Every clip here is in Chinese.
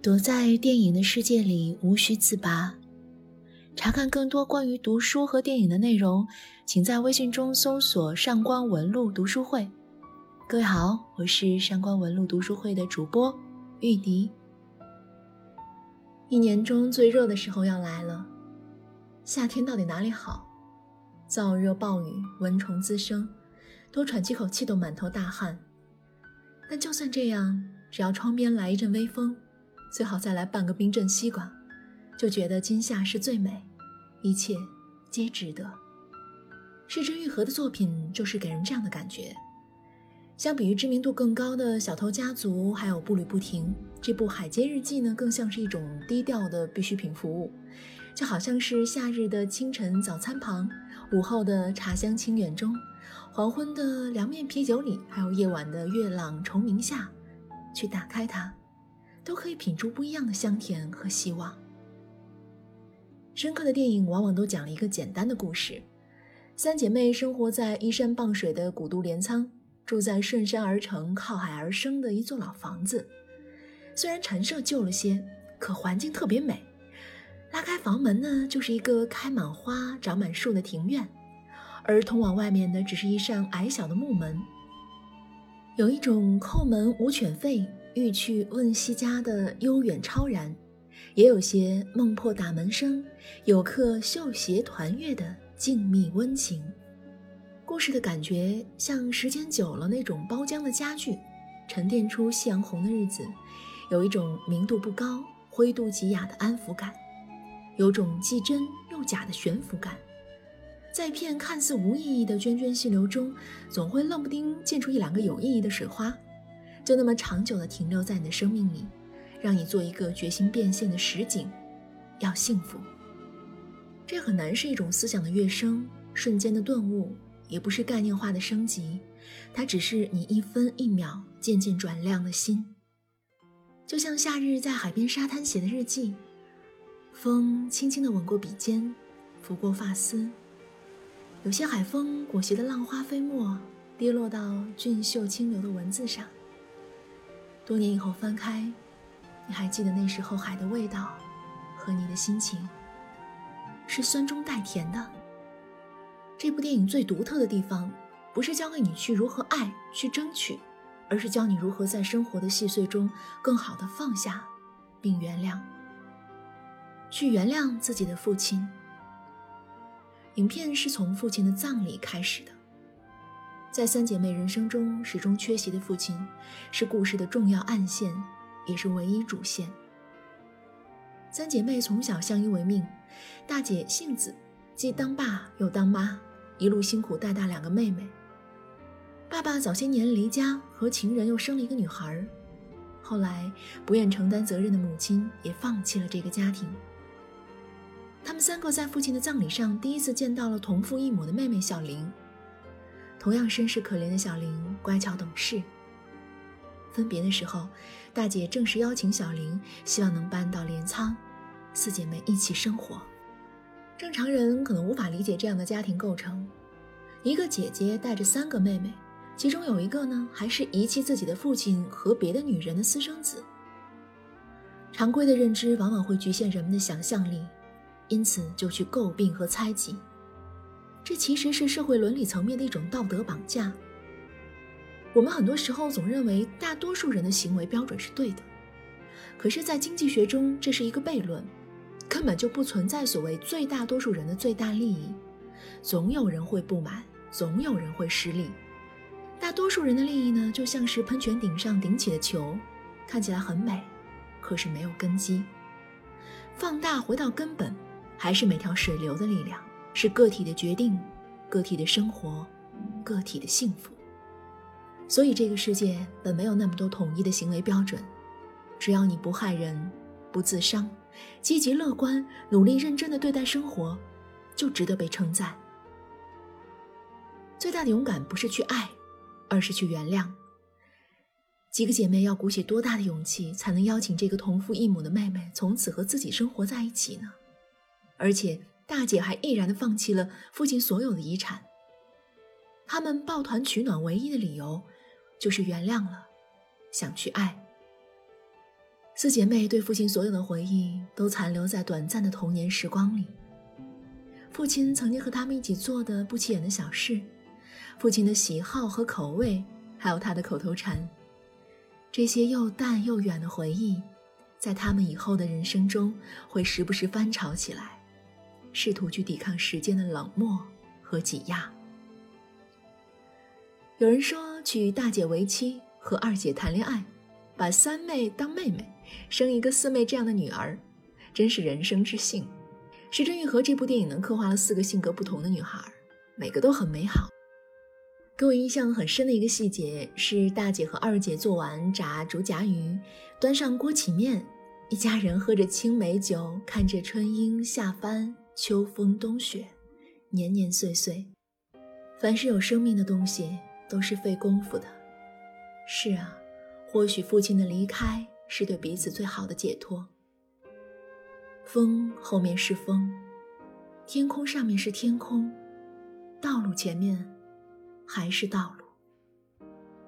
躲在电影的世界里，无需自拔。查看更多关于读书和电影的内容，请在微信中搜索上官文露读书会。各位好，我是上官文露读书会的主播玉笛。一年中最热的时候要来了，夏天到底哪里好？燥热暴雨，蚊虫滋生，多喘几口气都满头大汗。但就算这样，只要窗边来一阵微风，最好再来半个冰镇西瓜，就觉得今夏是最美，一切皆值得。是枝裕和的作品就是给人这样的感觉。相比于知名度更高的《小偷家族》还有《步履不停》，这部《海街日记》呢，更像是一种低调的必需品服务，就好像是夏日的清晨早餐旁，午后的茶香清远中，黄昏的凉面啤酒里，还有夜晚的月朗虫鸣下，去打开它，都可以品出不一样的香甜和希望。深刻的电影往往都讲了一个简单的故事，三姐妹生活在依山傍水的古都镰仓，住在顺山而成靠海而生的一座老房子。虽然陈设旧了些，可环境特别美。拉开房门呢，就是一个开满花长满树的庭院，而通往外面的只是一扇矮小的木门。有一种叩门无犬吠，欲去问西家的悠远超然，也有些梦破打门声，有客绣鞋团乐的静谧温情。故事的感觉像时间久了那种包浆的家具，沉淀出夕阳红的日子，有一种明度不高灰度极雅的安抚感，有种既真又假的悬浮感。在一片看似无意义的涓涓细流中，总会愣不丁溅出一两个有意义的水花，就那么长久地停留在你的生命里，让你做一个决心变现的实景。要幸福，这很难是一种思想的跃升，瞬间的顿悟，也不是概念化的升级，它只是你一分一秒渐渐转亮的心。就像夏日在海边沙滩写的日记，风轻轻地吻过笔尖，拂过发丝，有些海风裹挟的浪花飞沫跌落到俊秀清流的文字上。多年以后翻开，你还记得那时候海的味道和你的心情，是酸中带甜的。这部电影最独特的地方，不是教给你去如何爱，去争取，而是教你如何在生活的细碎中更好地放下并原谅，去原谅自己的父亲。影片是从父亲的葬礼开始的，在三姐妹人生中始终缺席的父亲，是故事的重要暗线，也是唯一主线。三姐妹从小相依为命，大姐杏子既当爸又当妈，一路辛苦带大两个妹妹。爸爸早些年离家，和情人又生了一个女孩，后来不愿承担责任的母亲也放弃了这个家庭。他们三个在父亲的葬礼上第一次见到了同父异母的妹妹小玲。同样身世可怜的小玲乖巧懂事。分别的时候，大姐正式邀请小玲，希望能搬到镰仓，四姐妹一起生活。正常人可能无法理解这样的家庭构成，一个姐姐带着三个妹妹，其中有一个呢还是遗弃自己的父亲和别的女人的私生子。常规的认知往往会局限人们的想象力，因此就去诟病和猜忌，这其实是社会伦理层面的一种道德绑架。我们很多时候总认为大多数人的行为标准是对的，可是在经济学中这是一个悖论，根本就不存在所谓最大多数人的最大利益，总有人会不满，总有人会失利。大多数人的利益呢，就像是喷泉顶上顶起的球，看起来很美，可是没有根基。放大回到根本，还是每条水流的力量，是个体的决定，个体的生活，个体的幸福。所以这个世界本没有那么多统一的行为标准，只要你不害人，不自伤，积极乐观，努力认真地对待生活，就值得被称赞。最大的勇敢不是去爱，而是去原谅。几个姐妹要鼓起多大的勇气，才能邀请这个同父异母的妹妹从此和自己生活在一起呢？而且大姐还毅然地放弃了父亲所有的遗产。他们抱团取暖唯一的理由就是原谅了，想去爱。 四姐妹对父亲所有的回忆都残留在短暂的童年时光里。父亲曾经和他们一起做的不起眼的小事，父亲的喜好和口味，还有他的口头禅，这些又淡又远的回忆，在他们以后的人生中会时不时翻炒起来，试图去抵抗时间的冷漠和挤压。有人说娶大姐为妻，和二姐谈恋爱，把三妹当妹妹，生一个四妹这样的女儿，真是人生之幸。《时针愈合》这部电影呢，刻画了4个性格不同的女孩，每个都很美好。给我印象很深的一个细节是，大姐和二姐做完炸竹夹鱼，端上锅起面，一家人喝着青梅酒，看着春樱夏帆，秋风冬雪，年年岁岁。凡是有生命的东西都是费功夫的。是啊，或许父亲的离开是对彼此最好的解脱。风后面是风，天空上面是天空，道路前面还是道路。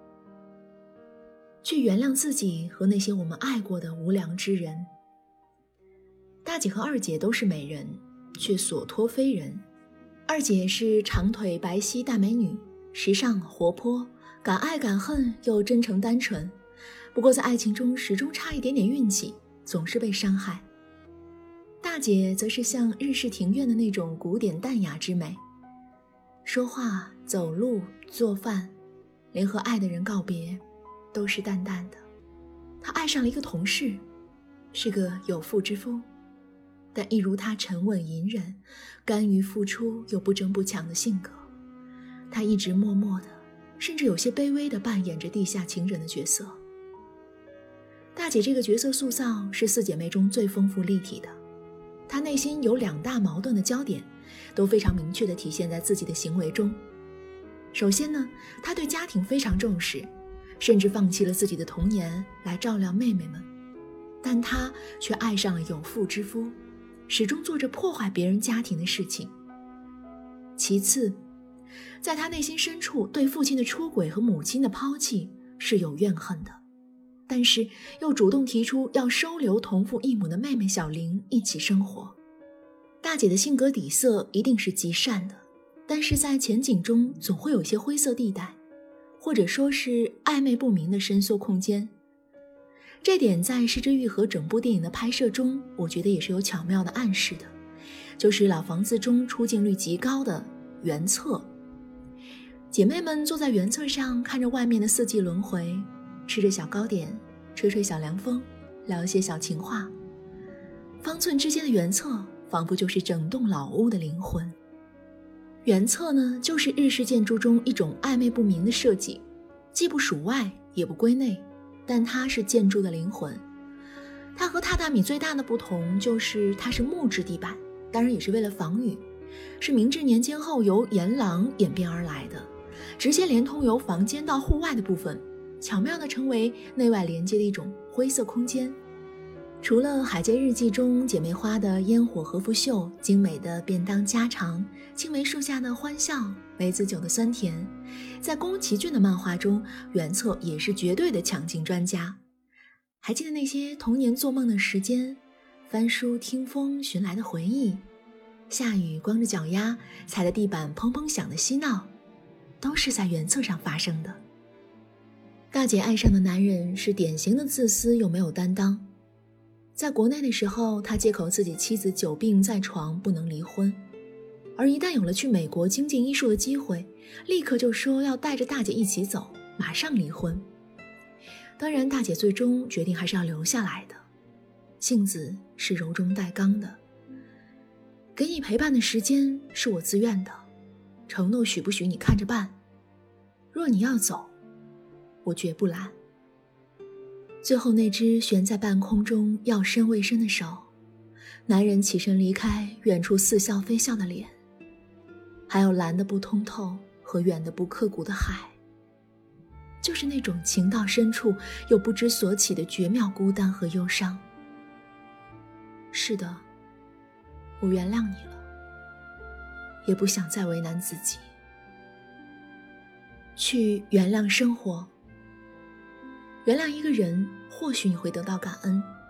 去原谅自己和那些我们爱过的无良之人。大姐和二姐都是美人，却所托非人。二姐是长腿白皙大美女，时尚活泼，敢爱敢恨又真诚单纯，不过在爱情中始终差一点点运气，总是被伤害。大姐则是像日式庭院的那种古典淡雅之美，说话走路做饭，连和爱的人告别都是淡淡的。她爱上了一个同事，是个有妇之夫，但一如她沉稳隐忍，甘于付出又不争不抢的性格，她一直默默的，甚至有些卑微地扮演着地下情人的角色。大姐这个角色塑造是4姐妹中最丰富立体的，她内心有2大矛盾的焦点，都非常明确地体现在自己的行为中。首先呢，她对家庭非常重视，甚至放弃了自己的童年来照料妹妹们，但她却爱上了有妇之夫，始终做着破坏别人家庭的事情。其次，在她内心深处对父亲的出轨和母亲的抛弃是有怨恨的，但是又主动提出要收留同父异母的妹妹小玲一起生活。大姐的性格底色一定是极善的，但是在前景中总会有些灰色地带，或者说是暧昧不明的伸缩空间。这点在《失之愈合》整部电影的拍摄中，我觉得也是有巧妙的暗示的，就是老房子中出镜率极高的原侧。姐妹们坐在原侧上，看着外面的4季轮回，吃着小糕点，吹吹小凉风，聊一些小情话。方寸之间的原侧仿佛就是整栋老屋的灵魂。原侧呢，就是日式建筑中一种暧昧不明的设计，既不属外也不归内，但它是建筑的灵魂。它和榻榻米最大的不同就是它是木质地板，当然也是为了防雨，是明治年间后由檐廊演变而来的，直接连通由房间到户外的部分，巧妙地成为内外连接的一种灰色空间。除了《海街日记》中姐妹花的烟火和服秀，精美的便当家常，青梅树下的欢笑，梅子酒的酸甜，在宫崎骏的漫画中，原侧也是绝对的抢镜专家。还记得那些童年做梦的时间，翻书听风寻来的回忆，下雨光着脚丫踩的地板砰砰响的嬉闹，都是在原侧上发生的。大姐爱上的男人是典型的自私又没有担当。在国内的时候，他借口自己妻子久病在床不能离婚，而一旦有了去美国精进医术的机会，立刻就说要带着大姐一起走，马上离婚。当然大姐最终决定还是要留下来的，性子是柔中带刚的。给你陪伴的时间是我自愿的，承诺许不许你看着办，若你要走，我绝不拦。最后那只悬在半空中要深未深的手，男人起身离开，远处似笑非笑的脸，还有蓝的不通透和远的不刻骨的海，就是那种情到深处又不知所起的绝妙孤单和忧伤。是的，我原谅你了，也不想再为难自己。去原谅生活，原谅一个人，或许你会得到感恩，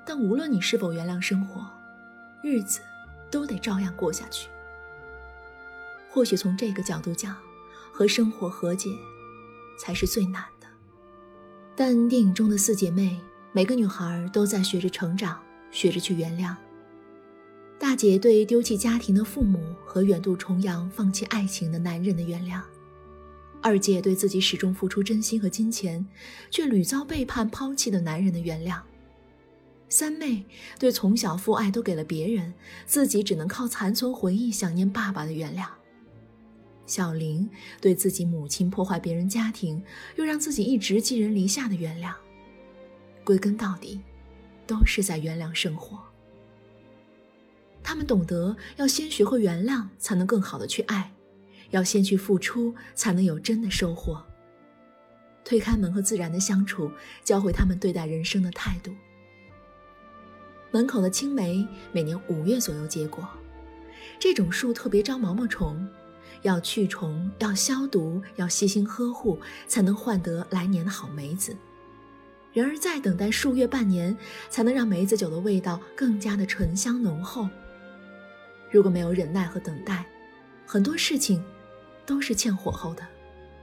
但无论你是否原谅生活，日子都得照样过下去。或许从这个角度讲，和生活和解才是最难的。但电影中的4姐妹，每个女孩都在学着成长，学着去原谅。大姐对丢弃家庭的父母和远渡重洋放弃爱情的男人的原谅，二姐对自己始终付出真心和金钱却屡遭背叛抛弃的男人的原谅，三妹对从小父爱都给了别人，自己只能靠残存回忆想念爸爸的原谅，小玲对自己母亲破坏别人家庭又让自己一直寄人篱下的原谅，归根到底都是在原谅生活。他们懂得要先学会原谅，才能更好的去爱，要先去付出，才能有真的收获。推开门和自然的相处，教会他们对待人生的态度。门口的青梅每年5月左右结果，这种树特别招毛毛虫，要去虫，要消毒，要细心呵护，才能换得来年的好梅子。然而再等待数月半年，才能让梅子酒的味道更加的醇香浓厚。如果没有忍耐和等待，很多事情都是欠火候的。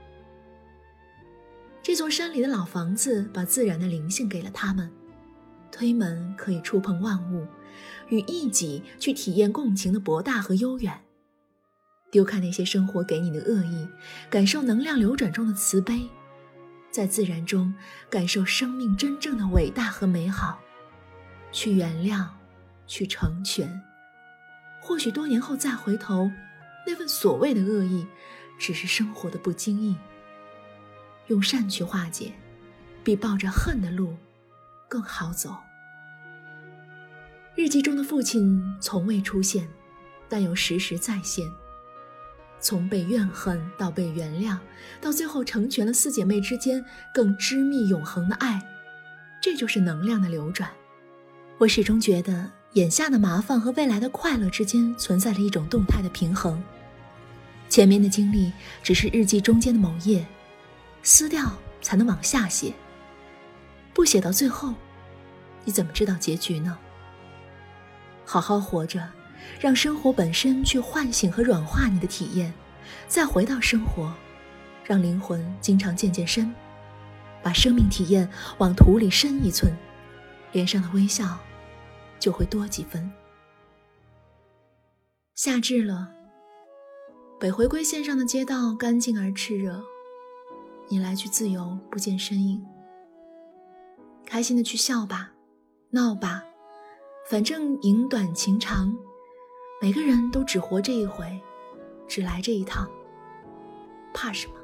这座山里的老房子把自然的灵性给了他们，推门可以触碰万物，与一己去体验共情的博大和悠远，丢开那些生活给你的恶意，感受能量流转中的慈悲，在自然中感受生命真正的伟大和美好，去原谅，去成全。或许多年后再回头，那份所谓的恶意只是生活的不经意。用善去化解，比抱着恨的路更好走。日记中的父亲从未出现，但又时时再现。从被怨恨到被原谅，到最后成全了4姐妹之间更织密永恒的爱，这就是能量的流转。我始终觉得眼下的麻烦和未来的快乐之间存在着一种动态的平衡。前面的经历只是日记中间的某页，撕掉才能往下写，不写到最后，你怎么知道结局呢？好好活着，让生活本身去唤醒和软化你的体验，再回到生活，让灵魂经常健健身，把生命体验往土里深1寸，脸上的微笑就会多几分。夏至了，北回归线上的街道干净而炽热，你来去自由，不见身影。开心的去笑吧，闹吧，反正影短情长，每个人都只活这一回，只来这一趟，怕什么？